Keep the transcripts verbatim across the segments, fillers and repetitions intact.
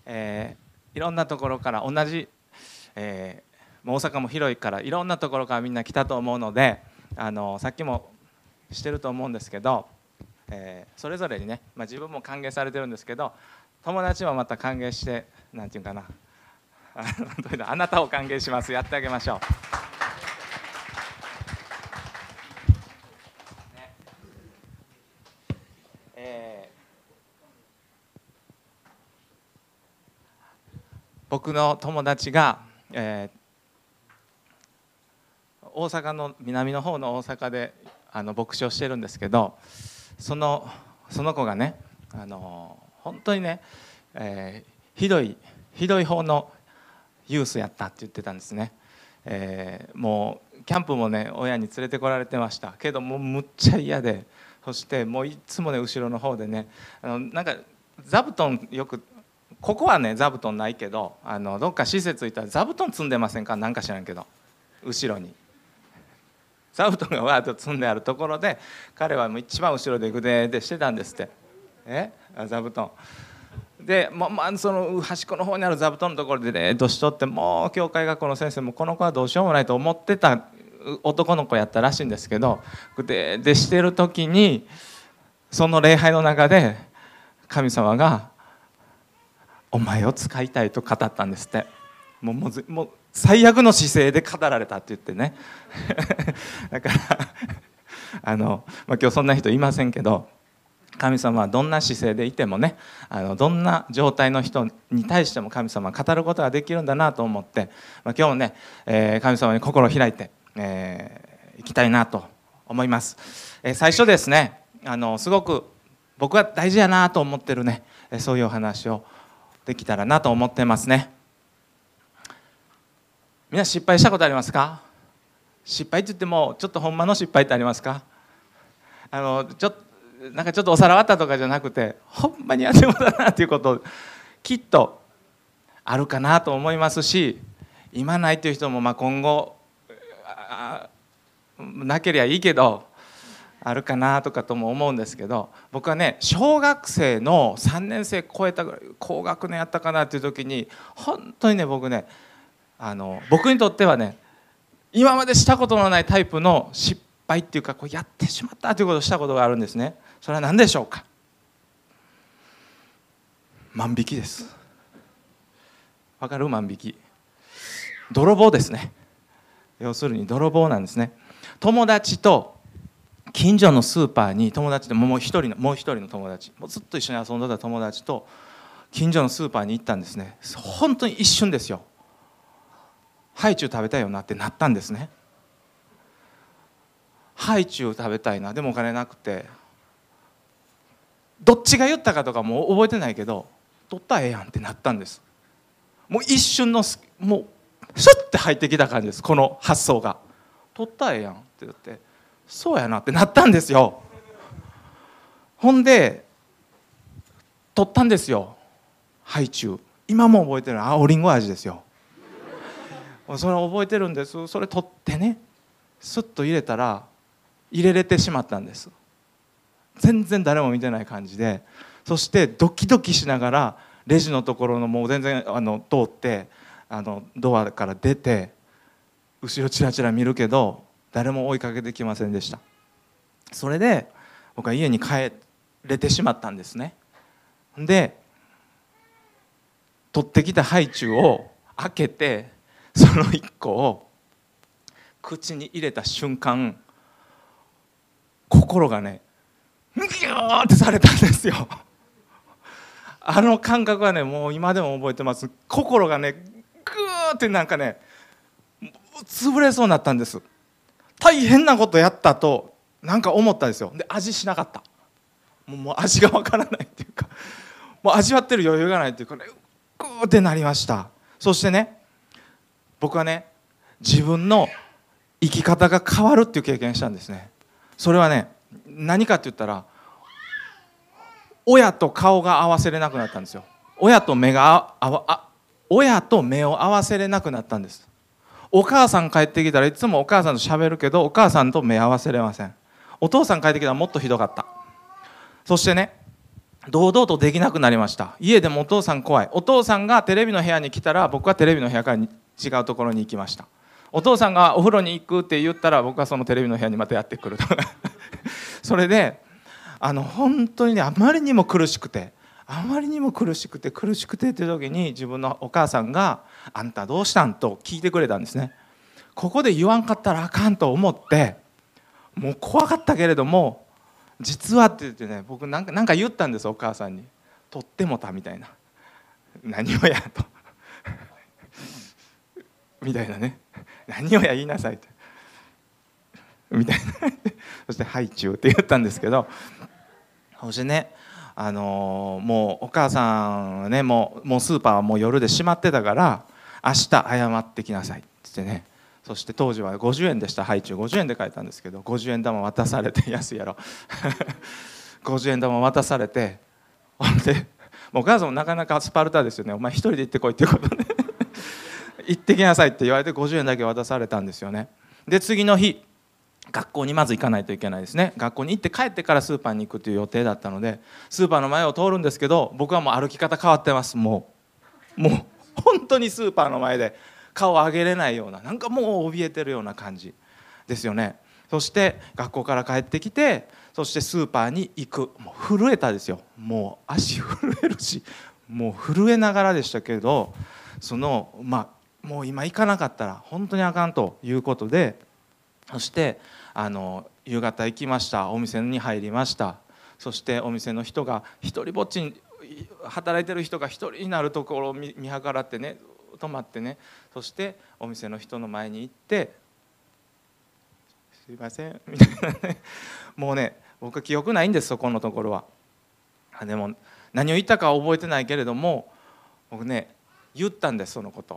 えー、いろんなところから同じ、えー、大阪も広いからいろんなところからみんな来たと思うので、あのさっきもしてると思うんですけど、えー、それぞれにね、まあ、自分も歓迎されてるんですけど、友達もまた歓迎して、なんていうかな、あなたを歓迎します。やってあげましょう。僕の友達が、えー、大阪の南の方の大阪であの牧師をしてるんですけど、そのその子がね、あの本当にね、えー、ひどいひどい方のユースやったって言ってたんですね。えー、もうキャンプもね親に連れてこられてましたけど、もうむっちゃ嫌で、そしてもういつもね後ろの方でね、あのなんか座布団よく、ここはね座布団ないけど、あのどっか施設行ったら座布団積んでませんか、なんか知らんけど後ろに座布団がわーっと積んであるところで、彼はもう一番後ろでグデーでしてたんですって。え座布団で、ままあ、その端っこの方にある座布団のところでねどしとって、もう教会学校の先生もこの子はどうしようもないと思ってた男の子やったらしいんですけど、グデーでしてる時にその礼拝の中で神様がお前を使いたいと語ったんですって。もうもうもう最悪の姿勢で語られたって言ってねだからあの、まあ、今日そんな人いませんけど、神様はどんな姿勢でいてもね、あのどんな状態の人に対しても神様は語ることができるんだなと思って、まあ、今日もね、えー、神様に心を開いてい、えー、きたいなと思います。えー、最初ですね、あのすごく僕は大事やなと思ってるね、そういうお話をできたらなと思ってますね。みんな失敗したことありますか？失敗って言ってもちょっとほんまの失敗ってありますか？あのちょっとなんかちょっとお皿割ったとかじゃなくて、ほんまにやってもだなっていうこときっとあるかなと思いますし、今ないという人もまあ今後なければいいけどあるかなとかとも思うんですけど、僕はね小学生のさんねん生超えたぐらい、高学年やったかなっていう時に本当にね僕ねあの僕にとってはね今までしたことのないタイプの失敗っていうか、こうやってしまったということをしたことがあるんですね。それは何でしょうか？万引きです。わかる？万引き、泥棒ですね。要するに泥棒なんですね。友達と近所のスーパーに、友達でもう一人のもう一人の友達、もうずっと一緒に遊んでた友達と近所のスーパーに行ったんですね。本当に一瞬ですよ。ハイチュウ食べたいよなってなったんですね。ハイチュウ食べたいな、でもお金なくて、どっちが言ったかとかもう覚えてないけど、取ったらええやんってなったんです。もう一瞬のもうシュッて入ってきた感じです。この発想が取ったらええやんって言って、そうやなってなったんですよ。ほんで取ったんですよ、ハイチュウ。今も覚えてる、青りんご味ですよ。それ覚えてるんです。それ取ってね、スッと入れたら入れれてしまったんです。全然誰も見てない感じで、そしてドキドキしながらレジのところのもう全然あの通ってあのドアから出て、後ろチラチラ見るけど誰も追いかけてきませんでした。それで僕は家に帰れてしまったんですね。で取ってきたハイチュウを開けて、そのいっこを口に入れた瞬間、心がねギューってされたんですよ。あの感覚はねもう今でも覚えてます。心がねグーってなんかね潰れそうになったんです。大変なことやったとなんか思ったんですよ。で味しなかった。もう、もう味がわからないっていうか、もう味わってる余裕がないっていうかね、グーってなりました。そしてね、僕はね自分の生き方が変わるっていう経験したんですね。それはね何かって言ったら、親と顔が合わせれなくなったんですよ。親と目があわあ親と目を合わせれなくなったんです。お母さん帰ってきたらいつもお母さんと喋るけど、お母さんと目合わせれません。お父さん帰ってきたらもっとひどかった。そしてね、 堂々とできなくなりました。家でもお父さん怖い。お父さんがテレビの部屋に来たら僕はテレビの部屋から違うところに行きました。お父さんがお風呂に行くって言ったら僕はそのテレビの部屋にまたやってくるとそれであの本当にね、あまりにも苦しくてあまりにも苦しくて苦しくてっていう時に自分のお母さんが「あんたどうしたん?」と聞いてくれたんですね。ここで言わんかったらあかんと思ってもう怖かったけれども、実はって言ってね、僕なんかなんか言ったんです、お母さんに。とってもたみたいな、何をやとみたいなね、何をや言いなさいってみたいなそして「はいちゅう」って言ったんですけど、そしてね、あのー、もうお母さんはね、もうもうスーパーはもう夜で閉まってたから「明日謝ってきなさい」って言ってね、そして当時はごじゅうえんでした。ハイチュウごじゅうえんで買えたんですけど、ごじゅうえん玉渡されて安いやろごじゅうえん玉渡されて、ほんでお母さんもなかなかスパルタですよね。お前一人で行ってこいっていうことで行ってきなさいって言われてごじゅうえんだけ渡されたんですよね。で次の日学校にまず行かないといけないですね。学校に行って帰ってからスーパーに行くという予定だったので、スーパーの前を通るんですけど、僕はもう歩き方変わってます。もうもう本当にスーパーの前で顔を上げれないような、なんかもう怯えてるような感じですよね。そして学校から帰ってきて、そしてスーパーに行く。もう震えたですよ。もう足震えるし、もう震えながらでしたけど、そのまあもう今行かなかったら本当にあかんということで、そしてあの夕方行きました。お店に入りました。そしてお店の人が一人ぼっちに働いてる人が一人になるところを見見計らってね、止まってね、そしてお店の人の前に行って「すいません」みたいなね、もうね、僕は記憶ないんです、そこのところは。でも何を言ったかは覚えてないけれども、僕ね言ったんです、そのこと。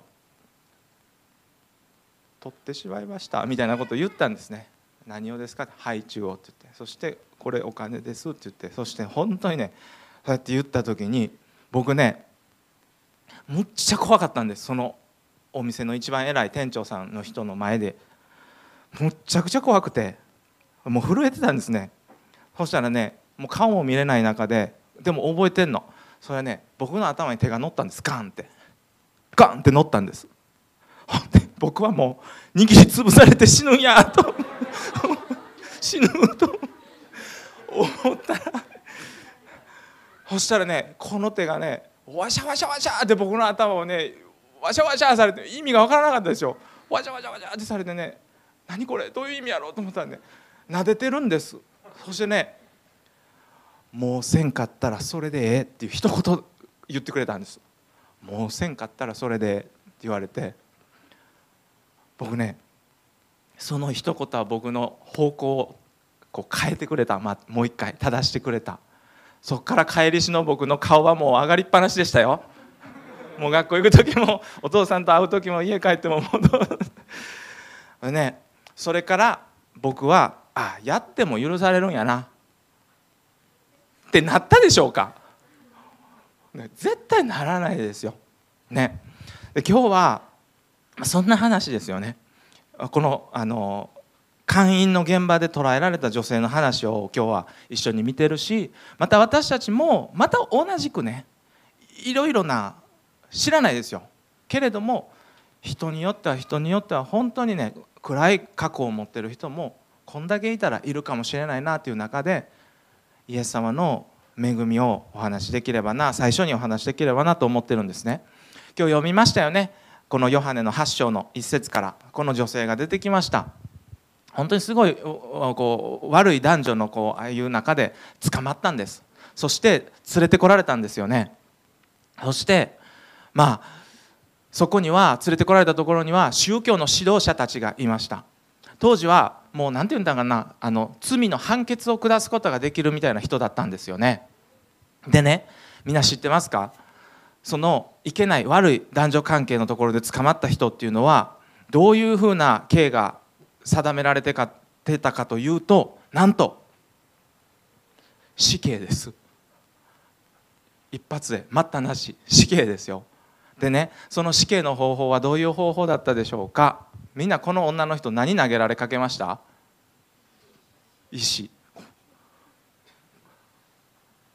取ってしまいましたみたいなことを言ったんですね。何をですか、ハイチュウをって言って、そしてこれお金ですって言って、そして本当にねそうやって言った時に、僕ねむっちゃ怖かったんです。そのお店の一番偉い店長さんの人の前でむっちゃくちゃ怖くて、もう震えてたんですね。そしたらね、もう顔も見れない中で、でも覚えてんの、それはね、僕の頭に手が乗ったんです。ガンってガンって乗ったんです。ほんで僕はもう握りつぶされて死ぬんやと死ぬと思ったら、そしたらね、この手がねワシャワシャワシャって僕の頭をねワシャワシャされて、意味が分からなかったですよ。ワシャワシャワシャってされてね、何これどういう意味やろうと思ったらね、撫でてるんです。そしてね、もうせんかったらそれでええっていう一言言ってくれたんです。もうせんかったらそれでええって言われて、僕ねその一言は僕の方向をこう変えてくれた、まあ、もう一回正してくれた。そこから帰りしの僕の顔はもう上がりっぱなしでしたよ。もう学校行く時もお父さんと会う時も家帰っても戻るね。それから僕はあやっても許されるんやなってなったでしょうか。絶対ならないですよ、ね。で今日はそんな話ですよね。このあの姦淫の現場で捉えられた女性の話を今日は一緒に見てるし、また私たちもまた同じくね、いろいろな知らないですよけれども、人によっては人によっては本当にね暗い過去を持ってる人もこんだけいたらいるかもしれないなという中で、イエス様の恵みをお話しできればな、最初にお話しできればなと思ってるんですね。今日読みましたよね。このヨハネのはち章の一節からこの女性が出てきました。本当にすごいこう悪い男女のこうああいう中で捕まったんです。そして連れてこられたんですよね。そしてまあそこには連れてこられたところには宗教の指導者たちがいました。当時はもう何て言うんだかな、あの罪の判決を下すことができるみたいな人だったんですよね。でね、みんな知ってますか？そのいけない悪い男女関係のところで捕まった人っていうのはどういうふうな刑が定められてたかというと、なんと死刑です。一発で待ったなし死刑ですよ。でね、その死刑の方法はどういう方法だったでしょうか。みんなこの女の人何投げられかけました？石。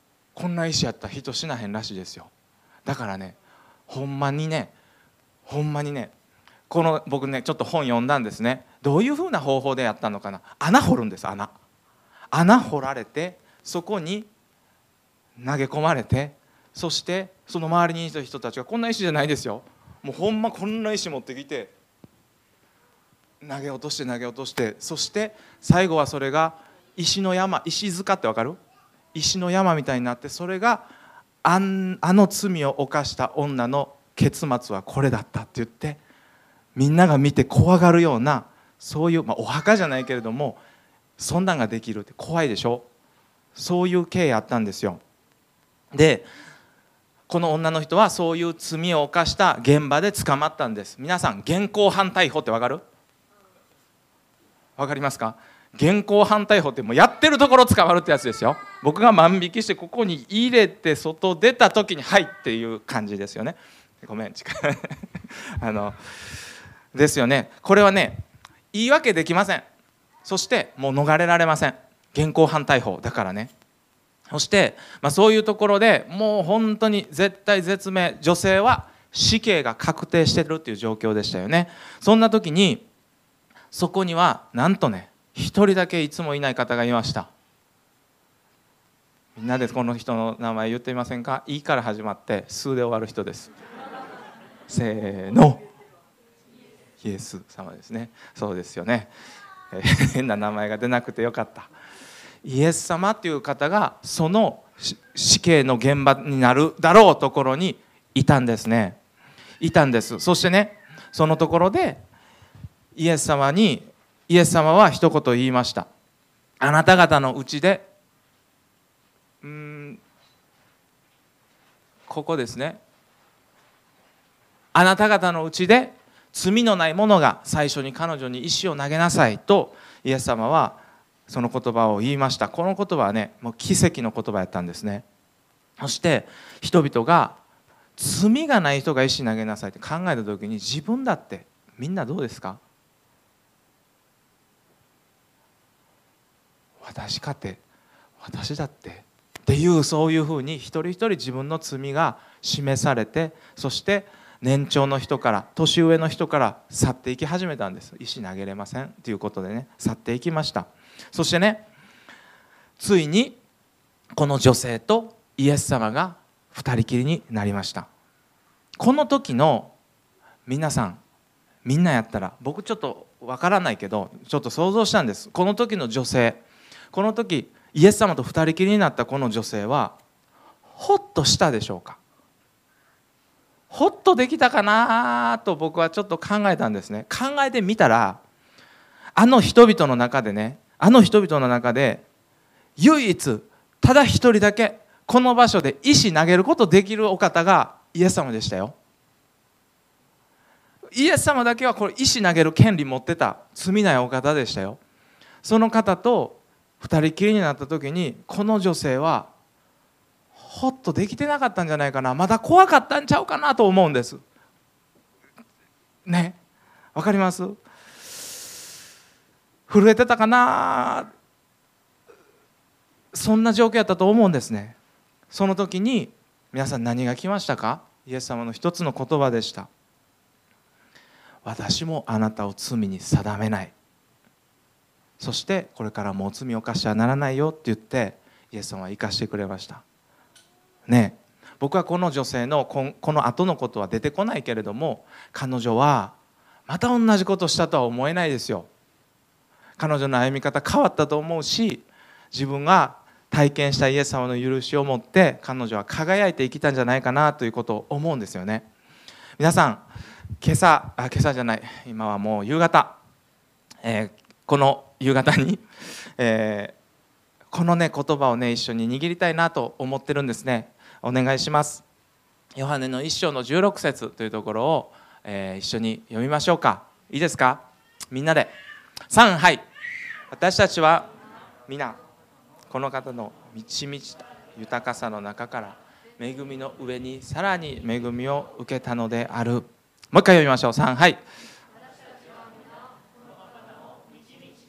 こんな石やったら人死なへんらしいですよ。だからね、ほんまにねほんまにねこの僕ねちょっと本読んだんですね。どういうふうな方法でやったのかな。穴掘るんです。穴穴掘られて、そこに投げ込まれて、そしてその周りにいた人たちが、こんな石じゃないですよ、もうほんまこんな石持ってきて投げ落として投げ落として、そして最後はそれが石の山、石塚ってわかる？石の山みたいになって、それがあんあの罪を犯した女の結末はこれだったって言って、みんなが見て怖がるような、そういう、まあ、お墓じゃないけれどもそんなんができるって怖いでしょ。そういう経緯あったんですよ。でこの女の人はそういう罪を犯した現場で捕まったんです。皆さん、現行犯逮捕ってわかる？わかりますか？現行犯逮捕ってもうやってるところ捕まるってやつですよ。僕が万引きしてここに入れて外出た時に「はい」っていう感じですよね。ごめんあのですよね。これはね言い訳できません。そしてもう逃れられません。現行犯逮捕だからね。そして、まあ、そういうところでもう本当に絶対絶命、女性は死刑が確定してるっていう状況でしたよね。そんな時にそこにはなんとね一人だけいつもいない方がいました。みんなでこの人の名前言ってみませんか？いから始まって数で終わる人です。せーの、イエス様ですね。そうですよね、えー、変な名前が出なくてよかった。イエス様っていう方がその死刑の現場になるだろうところにいたんですね。いたんです。そしてね、そのところでイエス様にイエス様は一言言いました。あなた方のうちでうーんここですね。あなた方のうちで罪のない者が最初に彼女に石を投げなさいとイエス様はその言葉を言いました。この言葉はねもう奇跡の言葉やったんですね。そして人々が罪がない人が石投げなさいって考えた時に、自分だってみんなどうですか？私かて私だってっていう、そういうふうに一人一人自分の罪が示されて、そして年長の人から年上の人から去っていき始めたんです。石投げれませんということでね、去っていきました。そしてね、ついにこの女性とイエス様が二人きりになりました。この時の皆さん、みんなやったら、僕ちょっとわからないけどちょっと想像したんです。この時の女性、この時イエス様と二人きりになったこの女性はほっとしたでしょうか？ほっとできたかなと僕はちょっと考えたんですね。考えてみたら、あの人々の中でね、あの人々の中で唯一ただ一人だけこの場所で石投げることできるお方がイエス様でしたよ。イエス様だけはこれ石投げる権利持ってた罪ないお方でしたよ。その方と二人きりになった時に、この女性はほっとできてなかったんじゃないかな、まだ怖かったんちゃうかなと思うんですね。わかります？震えてたかな、そんな状況やったと思うんですね。その時に皆さん何が来ましたか？イエス様の一つの言葉でした。私もあなたを罪に定めない、そしてこれからもう罪を犯してはならないよって言ってイエス様は生かしてくれましたね。僕はこの女性のこの後のことは出てこないけれども、彼女はまた同じことをしたとは思えないですよ。彼女の歩み方変わったと思うし、自分が体験したイエス様の許しを持って彼女は輝いて生きたんじゃないかなということを思うんですよね。皆さん、今朝あ今朝じゃない今はもう夕方、えー、この夕方に、えー、このね言葉をね一緒に握りたいなと思ってるんですね。お願いします。ヨハネの一章のじゅうろく節というところを、えー、一緒に読みましょうか。いいですか？みんなでさん、はい。私たちは皆この方の満ち満ちた豊かさの中から恵みの上にさらに恵みを受けたのである。もう一回読みましょう。さん、はい。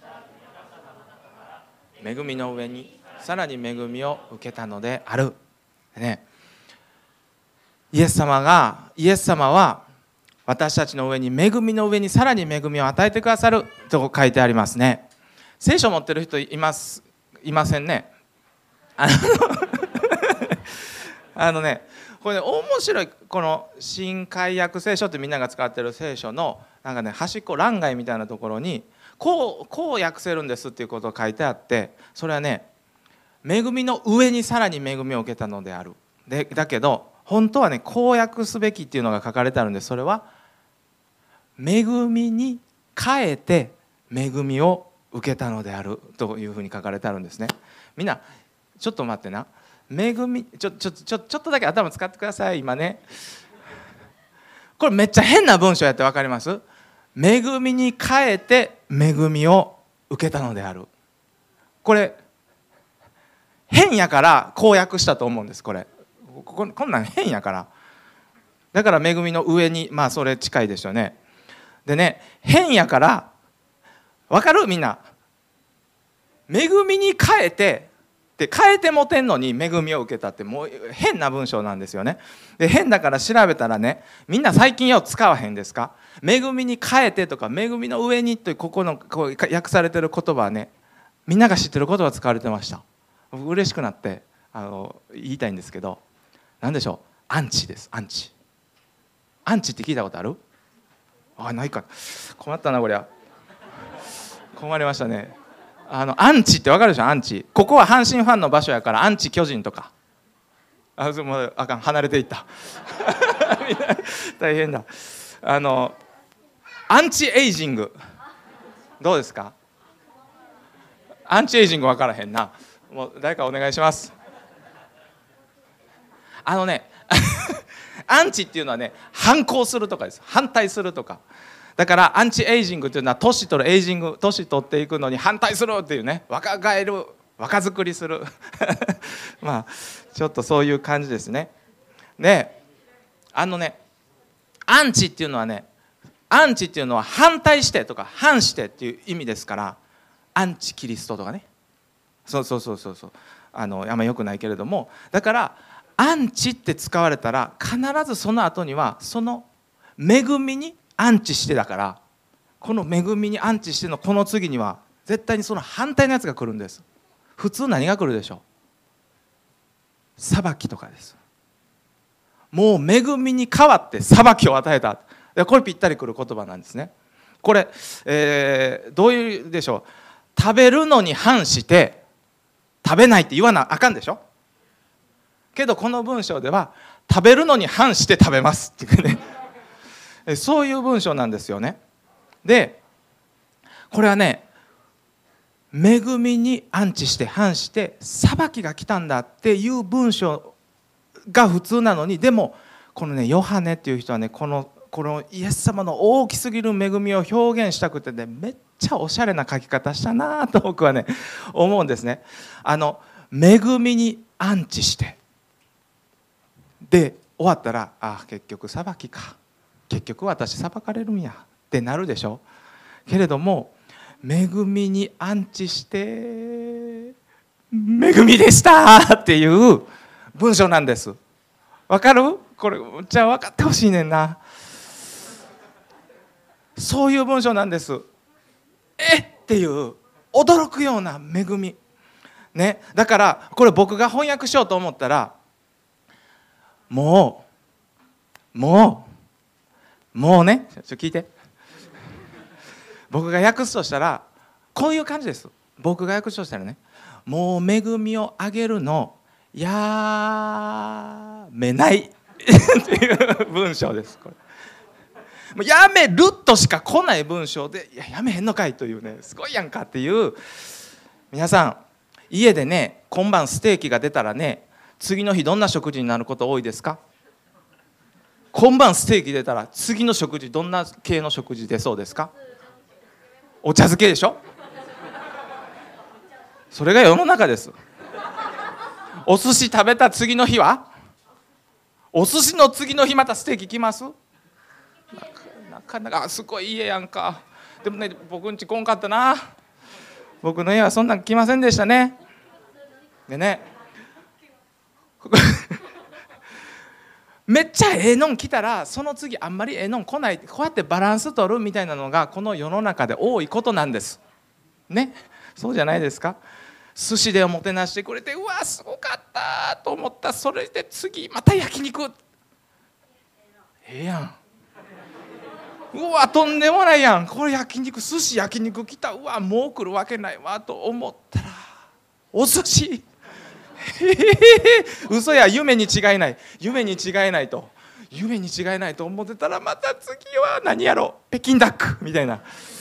恵みの上にさらに恵みを受けたのである。 ね、イエス様がイエス様は私たちの上に恵みの上にさらに恵みを与えてくださると書いてありますね。聖書を持ってる人いますいませんね。あのあのねこれね面白い、この新海訳聖書ってみんなが使ってる聖書のなんかね端っこ欄外みたいなところにこうこう訳せるんですっていうことを書いてあって、それはね恵みの上にさらに恵みを受けたのである。でだけど本当はねこう訳すべきっていうのが書かれてあるんです。それは恵みに変えて恵みを受けたのであるというふうに書かれてあるんですね。みんなちょっと待ってな、恵みちょちょちょちょっとだけ頭使ってください今ね。これめっちゃ変な文章やって分かります？恵みに変えて恵みを受けたのである。これ変やからこう訳したと思うんです。これ こ, こんなん変やから、だから恵みの上に、まあそれ近いでしょうね。でね変やから分かる？みんな恵みに変えてで変えてもてんのに恵みを受けたってもう変な文章なんですよね。で変だから調べたらね、みんな最近よう使わへんですか？恵みに変えてとか恵みの上にというここのこう訳されてる言葉はね、みんなが知ってる言葉使われてました。嬉しくなってあの言いたいんですけど、何でしょう？アンチです。アンチアンチって聞いたことある？あ、ないか。困ったなこりゃ。困りましたね。あのアンチってわかるでしょ？アンチ。ここは阪神ファンの場所やからアンチ巨人とか。あ、もうあかん、離れていった。大変だ。あのアンチエイジングどうですか？アンチエイジング分からへんな。もう誰かお願いします。あのねアンチっていうのはね反抗するとかです。反対するとか。だからアンチエイジングというのは年取るエイジング、年取っていくのに反対するっていうね、若返る、若作りするまあちょっとそういう感じですね。であのねアンチっていうのはね、アンチっていうのは反対してとか反してっていう意味ですから、アンチキリストとかね、そうそうそうそうそう、あのあんまよくないけれども、だからアンチって使われたら必ずその後にはその恵みにアンチしてだから、この恵みにアンチしてのこの次には絶対にその反対のやつが来るんです。普通何が来るでしょう？裁きとかです。もう恵みに代わって裁きを与えた。これぴったりくる言葉なんですね。これ、えー、どういうでしょう？食べるのに反して食べないって言わなあかんでしょ？けどこの文章では食べるのに反して食べますっていうねそういう文章なんですよね。でこれはね恵みにアンチして反して裁きが来たんだっていう文章が普通なのに、でもこのねヨハネっていう人はねこのこのイエス様の大きすぎる恵みを表現したくてね、めっちゃおしゃれな書き方したなと僕はね思うんですね。あの恵みにアンチしてで終わったら、あ結局裁きか、結局私裁かれるんやってなるでしょ。けれども恵みにアンチして恵みでしたっていう文章なんです。わかる？これじゃあ分かってほしいねんな。そういう文章なんです。えっていう驚くような恵みね。だからこれ僕が翻訳しようと思ったらもうもうもうねちょっと聞いて、僕が訳すとしたらこういう感じです。僕が訳すとしたらね、もう恵みをあげるのやめないっていう文章です。これもうやめるとしか来ない文章で、いややめへんのかいというね、すごいやんかっていう。皆さん家でね今晩ステーキが出たらね、次の日どんな食事になること多いですか？今晩ステーキ出たら次の食事どんな系の食事出そうですか？お茶漬けでしょ。それが世の中です。お寿司食べた次の日はお寿司の次の日またステーキ来ます？なかなかすごい家やんか。でもね僕んち来んかったな。僕の家はそんなん来ませんでしたね。でねめっちゃええのん来たらその次あんまりええのん来ない、こうやってバランス取るみたいなのがこの世の中で多いことなんですね。そうじゃないですか。寿司でおもてなしてくれて、うわすごかったと思った、それで次また焼肉、ええやん、うわとんでもないやん、これ焼肉、寿司焼肉来た、うわもう来るわけないわと思ったらお寿司嘘や、夢に違いない、夢に違いないと夢に違いないと思ってたら、また次は何やろ、北京ダックみたいな、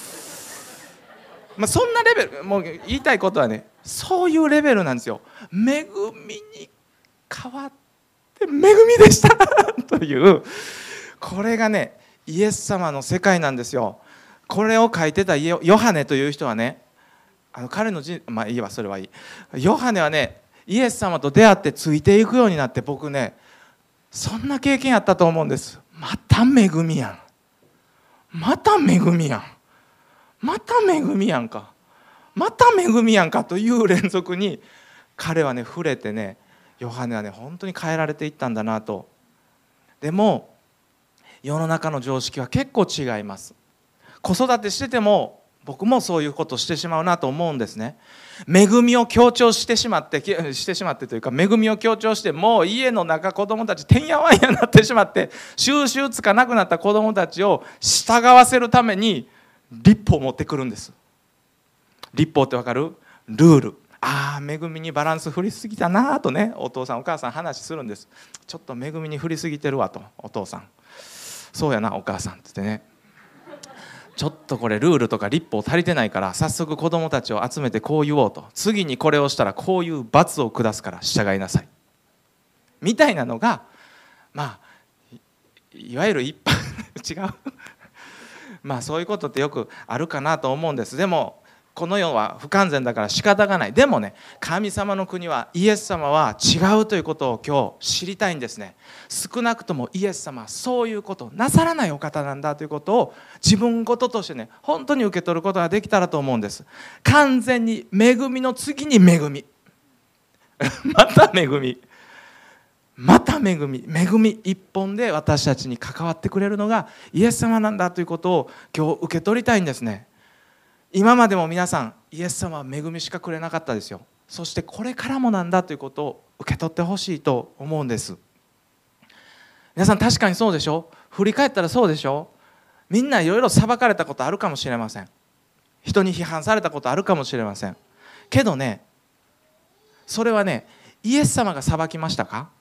まあ、そんなレベル、もう言いたいことはね、そういうレベルなんですよ。恵みに変わって恵みでしたという、これがねイエス様の世界なんですよ。これを書いてたヨハネという人はね、あの彼の人、まあいいわ、それはいい。ヨハネはねイエス様と出会ってついていくようになって、僕ねそんな経験あったと思うんです。また恵みやん、また恵みやん、また恵みやんか、また恵みやんかという連続に彼はね触れてね、ヨハネはね本当に変えられていったんだなと。でも世の中の常識は結構違います。子育てしてても僕もそういうことをしてしまうなと思うんですね。恵みを強調してしまってしてしまってというか、恵みを強調してもう家の中子供たちてんやわんやになってしまって、収拾つかなくなった子供たちを従わせるために律法を持ってくるんです。律法ってわかる？ルール。ああ恵みにバランス振りすぎたなとね、お父さんお母さん話するんです。ちょっと恵みに振りすぎてるわと、お父さんそうやなお母さんって言ってね、ちょっとこれルールとか律法足りてないから、早速子どもたちを集めてこう言おうと、次にこれをしたらこういう罰を下すから従いなさいみたいなのが、まあ い, いわゆる一般違うまあそういうことってよくあるかなと思うんです。でもこの世は不完全だから仕方がない。でもね、神様の国は、イエス様は違うということを今日知りたいんですね。少なくともイエス様はそういうことをなさらないお方なんだということを自分事としてね本当に受け取ることができたらと思うんです。完全に恵みの次に恵みまた恵みまた恵み恵み一本で私たちに関わってくれるのがイエス様なんだということを今日受け取りたいんですね。今までも皆さんイエス様は恵みしかくれなかったですよ。そしてこれからもなんだということを受け取ってほしいと思うんです。皆さん確かにそうでしょ。振り返ったらそうでしょ。みんないろいろ裁かれたことあるかもしれません。人に批判されたことあるかもしれませんけどね、それはねイエス様が裁きましたか？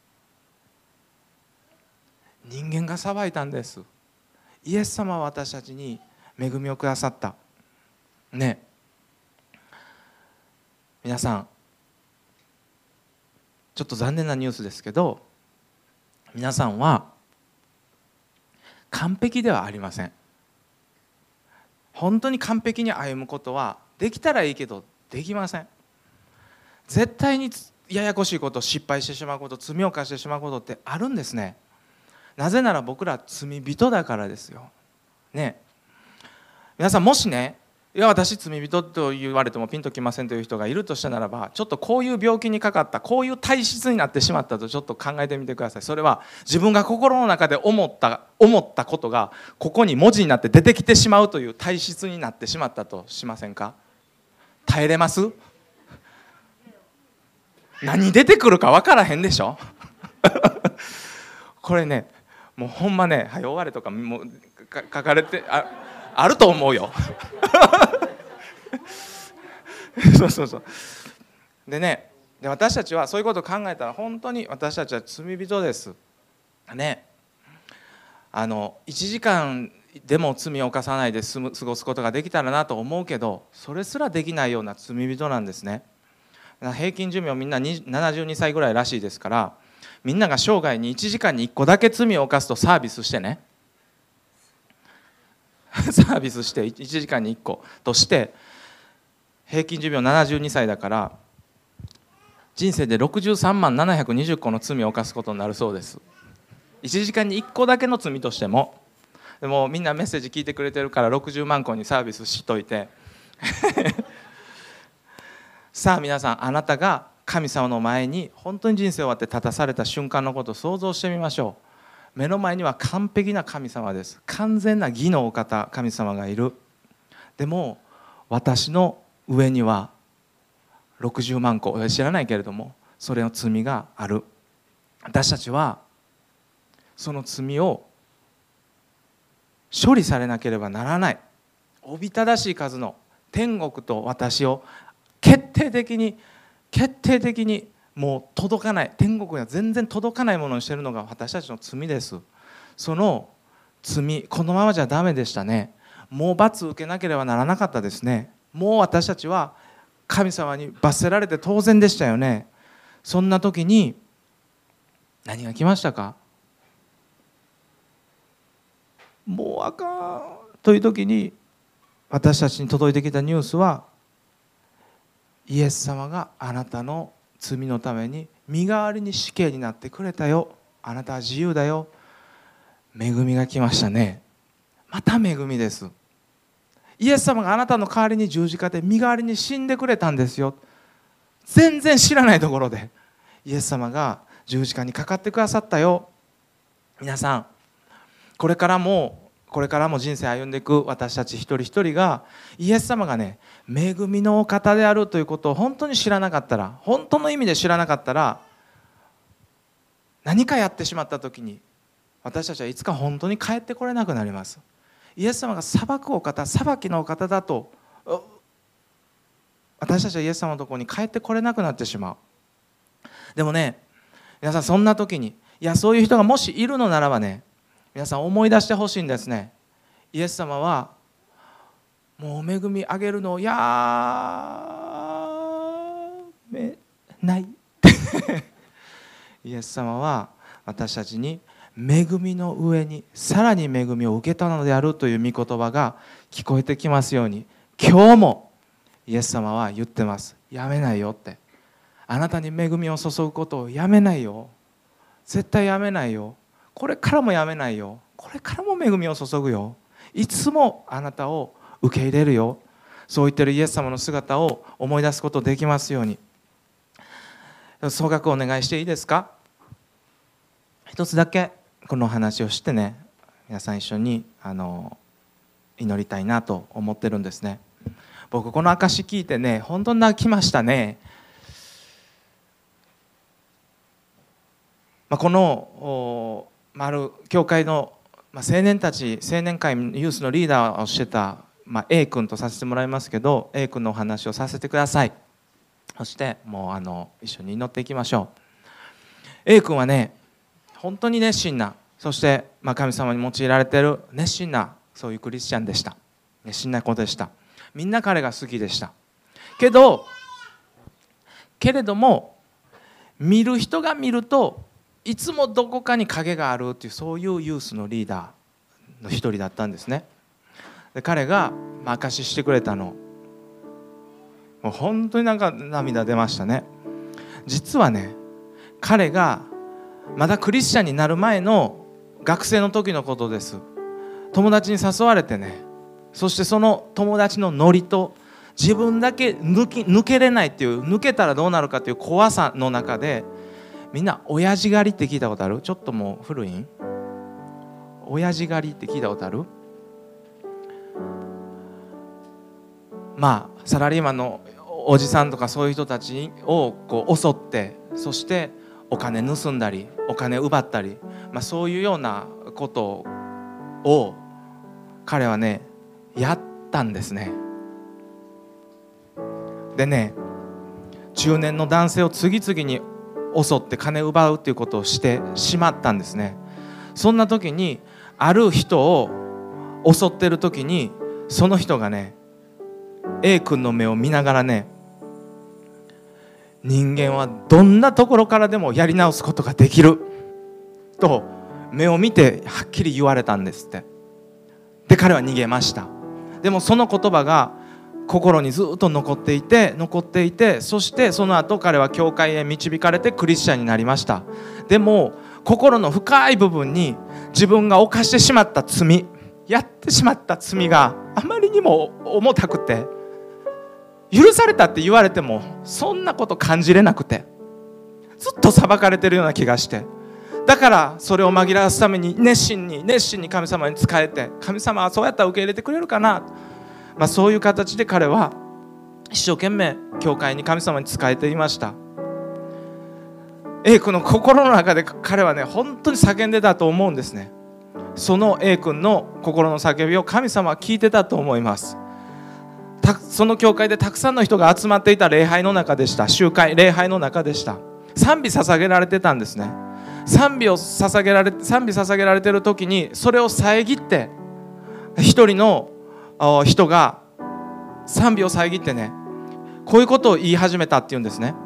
人間が裁いたんです。イエス様は私たちに恵みをくださったね。皆さんちょっと残念なニュースですけど、皆さんは完璧ではありません。本当に完璧に歩むことはできたらいいけどできません。絶対にややこしいこと、失敗してしまうこと、罪を犯してしまうことってあるんですね。なぜなら僕ら罪人だからですよね。皆さんもしね、いや私罪人と言われてもピンときませんという人がいるとしたならば、ちょっとこういう病気にかかった、こういう体質になってしまったとちょっと考えてみてください。それは自分が心の中で思った思ったことがここに文字になって出てきてしまうという体質になってしまったとしませんか？耐えれます？何出てくるか分からへんでしょこれね、もうほんまね、はい終われとかもう書かれて あ, あると思うよそうそうそうでね、で私たちはそういうことを考えたら本当に私たちは罪人ですね。あのいちじかんでも罪を犯さないで過ごすことができたらなと思うけど、それすらできないような罪人なんですね。平均寿命みんなななじゅうにさいぐらいらしいですから、みんなが生涯にいちじかんにいっこだけ罪を犯すとサービスしてねサービスしていちじかんにいっことして平均寿命ななじゅうにさいだから、人生でろくじゅうさんまんななひゃくにじゅっこの罪を犯すことになるそうです。いちじかんにいっこだけの罪としても。でもみんなメッセージ聞いてくれてるからろくじゅうまんこにサービスしといてさあ皆さん、あなたが神様の前に本当に人生終わって立たされた瞬間のことを想像してみましょう。目の前には完璧な神様です。完全な義のお方、神様がいる。でも私の上にはろくじゅうまんこ、知らないけれどもそれの罪がある。私たちはその罪を処理されなければならない。おびただしい数の天国と私を決定的に決定的にもう届かない、天国には全然届かないものにしているのが私たちの罪です。その罪、このままじゃダメでしたね。もう罰受けなければならなかったですね。もう私たちは神様に罰せられて当然でしたよね。そんな時に何が来ましたか？もうあかんという時に私たちに届いてきたニュースは、イエス様があなたの罪のために身代わりに死刑になってくれたよ。あなたは自由だよ。恵みが来ましたね。また恵みです。イエス様があなたの代わりに十字架で身代わりに死んでくれたんですよ。全然知らないところでイエス様が十字架にかかってくださったよ。皆さん、これからもこれからも人生歩んでいく私たち一人一人が、イエス様がね、恵みのお方であるということを本当に知らなかったら、本当の意味で知らなかったら、何かやってしまった時に私たちはいつか本当に帰ってこれなくなります。イエス様が裁くお方、裁きのお方だと私たちはイエス様のところに帰ってこれなくなってしまう。でもね、皆さん、そんな時に、いやそういう人がもしいるのならばね、皆さん思い出してほしいんですね。イエス様はもう恵みあげるのをやめないイエス様は私たちに恵みの上にさらに恵みを受けたのであるという御言葉が聞こえてきますように、今日もイエス様は言ってます。やめないよって。あなたに恵みを注ぐことをやめないよ。絶対やめないよ。これからもやめないよ。これからも恵みを注ぐよ。いつもあなたを受け入れるよ。そう言っているイエス様の姿を思い出すことできますように。総額お願いしていいですか？一つだけこの話をしてね、皆さん一緒にあの祈りたいなと思ってるんですね。僕この証聞いてね、本当に泣きましたね。まあ、この、まあ、ある教会の青年たち、青年会ユースのリーダーをしてた、まあ、A 君とさせてもらいますけど、 A 君のお話をさせてください。そしてもうあの一緒に祈っていきましょう。 A 君はね、本当に熱心な、そして、まあ、神様に用いられている熱心な、そういうクリスチャンでした。熱心な子でした。みんな彼が好きでしたけどけれども見る人が見るといつもどこかに影があるっていう、そういうユースのリーダーの一人だったんですね。で彼が証ししてくれたの、もう本当になんか涙出ましたね。実はね、彼がまだクリスチャンになる前の学生の時のことです。友達に誘われてね、そしてその友達のノリと自分だけ抜き抜けれないっていう、抜けたらどうなるかっていう怖さの中で、みんな親父狩りって聞いたことある？ちょっともう古いん？親父狩りって聞いたことある？まあサラリーマンのおじさんとかそういう人たちをこう襲って、そしてお金盗んだりお金奪ったり、まあ、そういうようなことを彼はねやったんですね。でね、中年の男性を次々に襲って金を奪うっていうことをしてしまったんですね。そんな時にある人を襲ってる時に、その人がね A 君の目を見ながらね、人間はどんなところからでもやり直すことができると目を見てはっきり言われたんですって。で彼は逃げました。でもその言葉が心にずっと残っていて残っていてそしてその後彼は教会へ導かれてクリスチャンになりました。でも心の深い部分に自分が犯してしまった罪、やってしまった罪があまりにも重たくて、 許されたって言われてもそんなこと感じれなくて、ずっと裁かれてるような気がして、だからそれを紛らわすために熱心に熱心に神様に仕えて、神様はそうやったら受け入れてくれるかな、まあ、そういう形で彼は一生懸命教会に神様に仕えていました。A 君の心の中で彼はね本当に叫んでたと思うんですね。その A 君の心の叫びを神様は聞いてたと思います。その教会でたくさんの人が集まっていた礼拝の中でした。集会礼拝の中でした。賛美捧げられてたんですね。賛美を捧げられ賛美捧げられている時にそれを遮って一人の人が賛美を遮ってね、こういうことを言い始めたっていうんですね。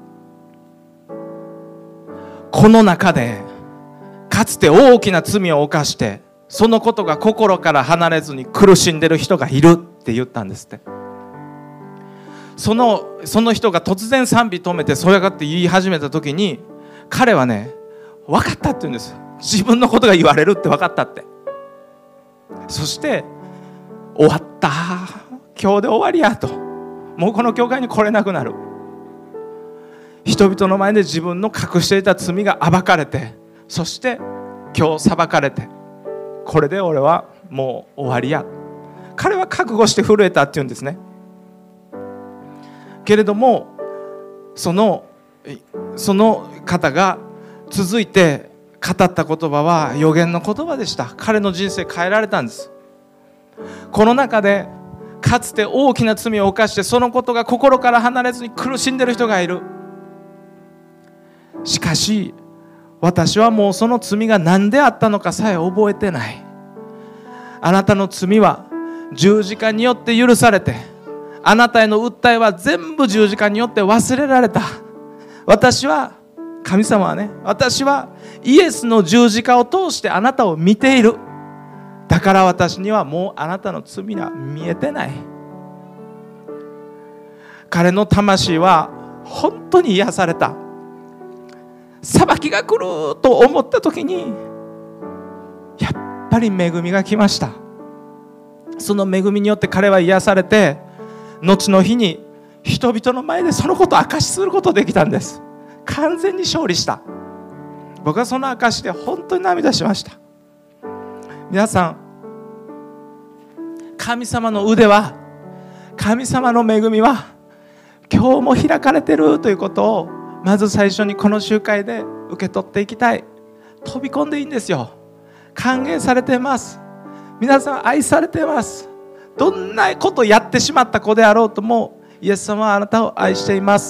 この中でかつて大きな罪を犯してそのことが心から離れずに苦しんでる人がいるって言ったんですって。そのその人が突然賛美止めてそうやがって言い始めた時に彼はね分かったって言うんです。自分のことが言われるって分かったって。そして終わった、今日で終わりやと、もうこの教会に来れなくなる。人々の前で自分の隠していた罪が暴かれて、そして今日裁かれて、これで俺はもう終わりや。彼は覚悟して震えたっていうんですね。けれどもそのその方が続いて語った言葉は預言の言葉でした。彼の人生変えられたんです。この中でかつて大きな罪を犯してそのことが心から離れずに苦しんでいる人がいる。しかし私はもうその罪が何であったのかさえ覚えてない。あなたの罪は十字架によって許されて、あなたへの訴えは全部十字架によって忘れられた。私は神様はね、私はイエスの十字架を通してあなたを見ている。だから私にはもうあなたの罪は見えてない。彼の魂は本当に癒された。裁きが来ると思った時にやっぱり恵みが来ました。その恵みによって彼は癒されて、後の日に人々の前でそのことを証しすることができたんです。完全に勝利した。僕はその証で本当に涙しました。皆さん、神様の腕は、神様の恵みは今日も開かれているということをまず最初にこの集会で受け取っていきたい。飛び込んでいいんですよ。歓迎されています。皆さん愛されています。どんなことをやってしまった子であろうともイエス様はあなたを愛しています。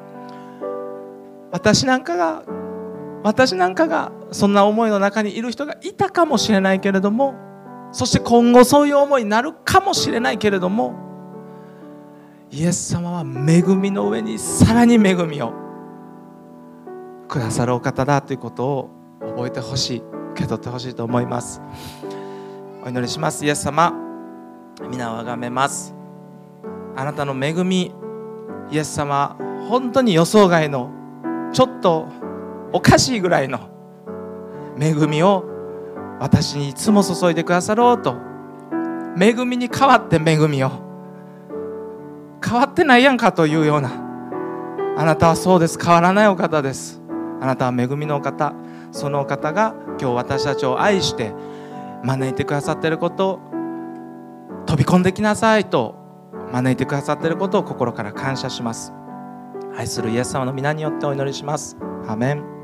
私なんかが私なんかがそんな思いの中にいる人がいたかもしれないけれども、そして今後そういう思いになるかもしれないけれども、イエス様は恵みの上にさらに恵みをくださるお方だということを覚えてほしい、受け取ってほしいと思います。お祈りします。イエス様、皆をあがめます。あなたの恵み、イエス様、本当に予想外のちょっとおかしいぐらいの恵みを私にいつも注いでくださろうと。恵みに代わって恵みを、変わってないやんかというような、あなたはそうです、変わらないお方です。あなたは恵みのお方、そのお方が今日私たちを愛して招いてくださっていることを、飛び込んできなさいと招いてくださっていることを心から感謝します。愛するイエス様の皆によってお祈りします。アーメン。